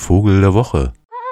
Vogel der Woche.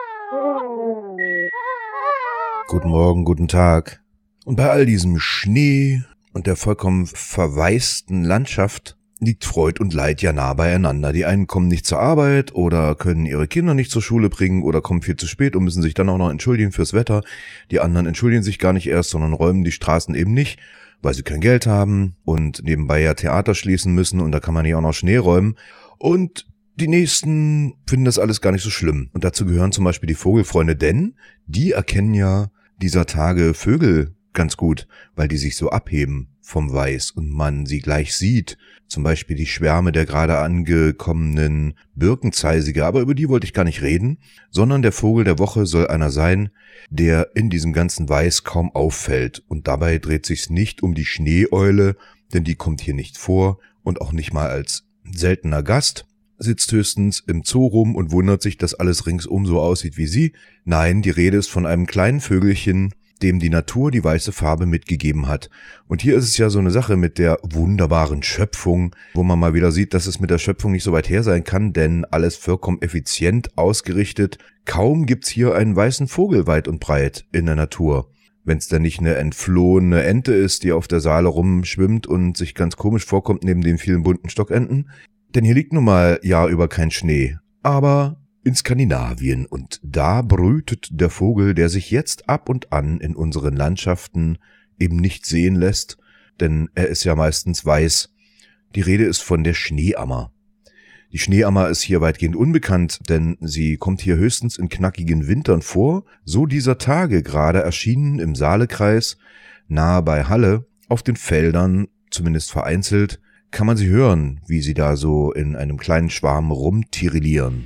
Guten Morgen, guten Tag. Und bei all diesem Schnee und der vollkommen verwaisten Landschaft liegt Freud und Leid ja nah beieinander. Die einen kommen nicht zur Arbeit oder können ihre Kinder nicht zur Schule bringen oder kommen viel zu spät und müssen sich dann auch noch entschuldigen fürs Wetter. Die anderen entschuldigen sich gar nicht erst, sondern räumen die Straßen eben nicht, weil sie kein Geld haben und nebenbei ja Theater schließen müssen und da kann man ja auch noch Schnee räumen. Und die Nächsten finden das alles gar nicht so schlimm. Und dazu gehören zum Beispiel die Vogelfreunde, denn die erkennen ja dieser Tage Vögel ganz gut, weil die sich so abheben vom Weiß und man sie gleich sieht. Zum Beispiel die Schwärme der gerade angekommenen Birkenzeisige, aber über die wollte ich gar nicht reden, sondern der Vogel der Woche soll einer sein, der in diesem ganzen Weiß kaum auffällt. Und dabei dreht sich's nicht um die Schneeeule, denn die kommt hier nicht vor und auch nicht mal als seltener Gast, sitzt höchstens im Zoo rum und wundert sich, dass alles ringsum so aussieht wie sie. Nein, die Rede ist von einem kleinen Vögelchen, dem die Natur die weiße Farbe mitgegeben hat. Und hier ist es ja so eine Sache mit der wunderbaren Schöpfung, wo man mal wieder sieht, dass es mit der Schöpfung nicht so weit her sein kann, denn alles vollkommen effizient ausgerichtet. Kaum gibt's hier einen weißen Vogel weit und breit in der Natur. Wenn es dann nicht eine entflohene Ente ist, die auf der Saale rumschwimmt und sich ganz komisch vorkommt neben den vielen bunten Stockenten. Denn hier liegt nun mal Jahr über kein Schnee, aber in Skandinavien, und da brütet der Vogel, der sich jetzt ab und an in unseren Landschaften eben nicht sehen lässt, denn er ist ja meistens weiß. Die Rede ist von der Schneeammer. Die Schneeammer ist hier weitgehend unbekannt, denn sie kommt hier höchstens in knackigen Wintern vor, so dieser Tage gerade erschienen im Saalekreis, nahe bei Halle, auf den Feldern, zumindest vereinzelt, kann man sie hören, wie sie da so in einem kleinen Schwarm rumtirillieren.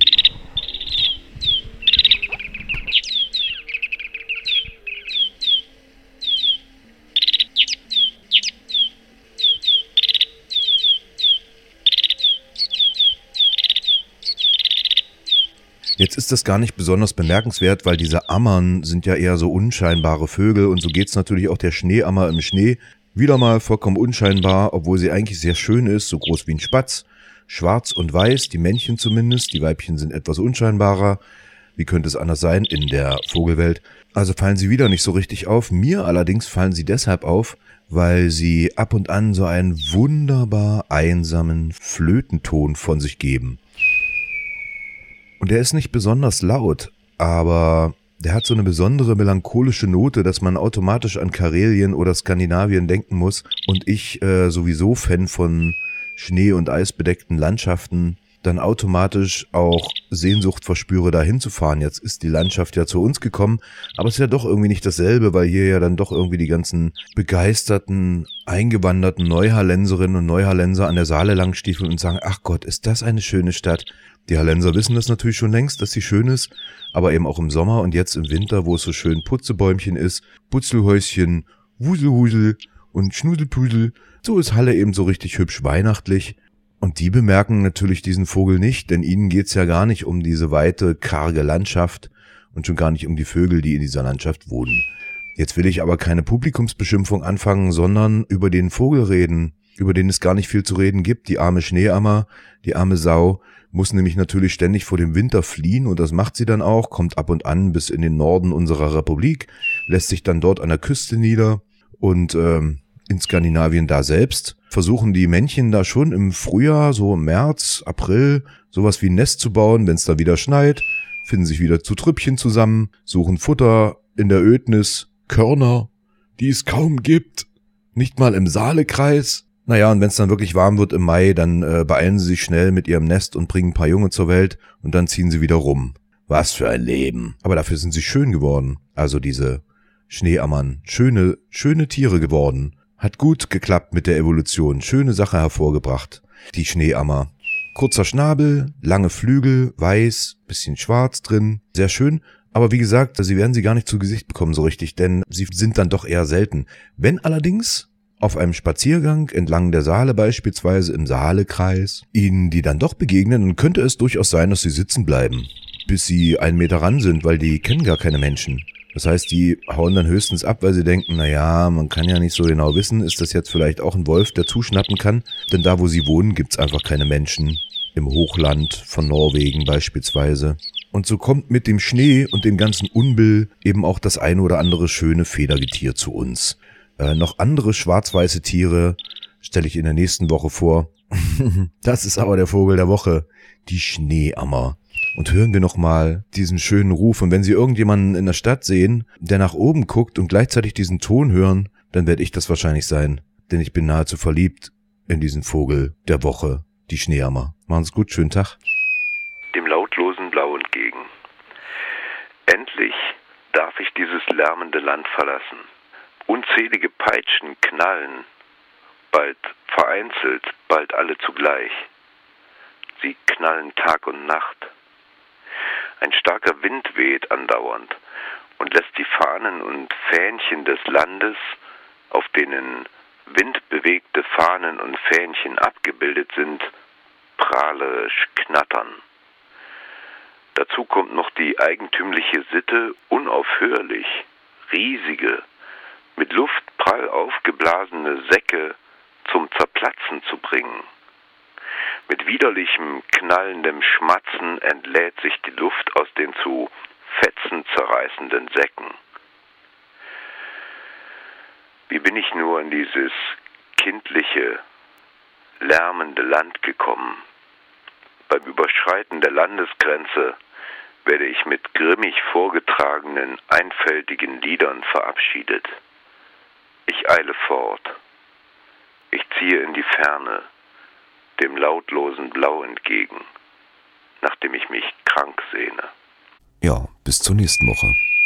Jetzt ist das gar nicht besonders bemerkenswert, weil diese Ammern sind ja eher so unscheinbare Vögel und so geht's natürlich auch der Schneeammer im Schnee. Wieder mal vollkommen unscheinbar, obwohl sie eigentlich sehr schön ist, so groß wie ein Spatz. Schwarz und weiß, die Männchen zumindest, die Weibchen sind etwas unscheinbarer. Wie könnte es anders sein in der Vogelwelt? Also fallen sie wieder nicht so richtig auf. Mir allerdings fallen sie deshalb auf, weil sie ab und an so einen wunderbar einsamen Flötenton von sich geben. Und der ist nicht besonders laut, aber der hat so eine besondere melancholische Note, dass man automatisch an Karelien oder Skandinavien denken muss. Und ich, sowieso Fan von Schnee- und eisbedeckten Landschaften, dann automatisch auch Sehnsucht verspüre, da hinzufahren. Jetzt ist die Landschaft ja zu uns gekommen, aber es ist ja doch irgendwie nicht dasselbe, weil hier ja dann doch irgendwie die ganzen begeisterten, eingewanderten Neuhallenserinnen und Neuhallenser an der Saale langstiefeln und sagen, ach Gott, ist das eine schöne Stadt. Die Hallenser wissen das natürlich schon längst, dass sie schön ist, aber eben auch im Sommer und jetzt im Winter, wo es so schön Putzebäumchen ist, Putzelhäuschen, Wuselhusel und Schnudelpudel, so ist Halle eben so richtig hübsch weihnachtlich. Und die bemerken natürlich diesen Vogel nicht, denn ihnen geht's ja gar nicht um diese weite, karge Landschaft und schon gar nicht um die Vögel, die in dieser Landschaft wohnen. Jetzt will ich aber keine Publikumsbeschimpfung anfangen, sondern über den Vogel reden, über den es gar nicht viel zu reden gibt. Die arme Schneeammer, die arme Sau, muss nämlich natürlich ständig vor dem Winter fliehen und das macht sie dann auch, kommt ab und an bis in den Norden unserer Republik, lässt sich dann dort an der Küste nieder und in Skandinavien da selbst versuchen die Männchen da schon im Frühjahr, so im März, April, sowas wie ein Nest zu bauen, wenn es da wieder schneit, finden sich wieder zu Trüppchen zusammen, suchen Futter in der Ödnis, Körner, die es kaum gibt, nicht mal im Saalekreis. Naja, und wenn es dann wirklich warm wird im Mai, dann beeilen sie sich schnell mit ihrem Nest und bringen ein paar Junge zur Welt und dann ziehen sie wieder rum. Was für ein Leben. Aber dafür sind sie schön geworden. Also diese Schneeammern. Schöne Tiere geworden. Hat gut geklappt mit der Evolution. Schöne Sache hervorgebracht. Die Schneeammer. Kurzer Schnabel, lange Flügel, weiß, bisschen schwarz drin. Sehr schön. Aber wie gesagt, sie werden sie gar nicht zu Gesicht bekommen so richtig, denn sie sind dann doch eher selten. Wenn allerdings auf einem Spaziergang entlang der Saale beispielsweise im Saalekreis ihnen die dann doch begegnen, dann könnte es durchaus sein, dass sie sitzen bleiben, bis sie 1 Meter ran sind, weil die kennen gar keine Menschen. Das heißt, die hauen dann höchstens ab, weil sie denken, naja, man kann ja nicht so genau wissen, ist das jetzt vielleicht auch ein Wolf, der zuschnappen kann? Denn da, wo sie wohnen, gibt's einfach keine Menschen. Im Hochland von Norwegen beispielsweise. Und so kommt mit dem Schnee und dem ganzen Unbill eben auch das eine oder andere schöne Federgetier zu uns. Noch andere schwarz-weiße Tiere stelle ich in der nächsten Woche vor. Das ist aber der Vogel der Woche, die Schneeammer. Und hören wir nochmal diesen schönen Ruf. Und wenn Sie irgendjemanden in der Stadt sehen, der nach oben guckt und gleichzeitig diesen Ton hören, dann werde ich das wahrscheinlich sein. Denn ich bin nahezu verliebt in diesen Vogel der Woche, die Schneeammer. Machen Sie es gut, schönen Tag. Dem lautlosen Blau entgegen. Endlich darf ich dieses lärmende Land verlassen. Unzählige Peitschen knallen, bald vereinzelt, bald alle zugleich. Sie knallen Tag und Nacht. Ein starker Wind weht andauernd und lässt die Fahnen und Fähnchen des Landes, auf denen windbewegte Fahnen und Fähnchen abgebildet sind, prahlerisch knattern. Dazu kommt noch die eigentümliche Sitte, unaufhörlich riesige, mit Luft prall aufgeblasene Säcke zum Zerplatzen zu bringen. Mit widerlichem, knallendem Schmatzen entlädt sich die Luft aus den zu Fetzen zerreißenden Säcken. Wie bin ich nur in dieses kindliche, lärmende Land gekommen? Beim Überschreiten der Landesgrenze werde ich mit grimmig vorgetragenen, einfältigen Liedern verabschiedet. Ich eile fort. Ich ziehe in die Ferne, dem lautlosen Blau entgegen, nachdem ich mich krank sehne. Ja, bis zur nächsten Woche.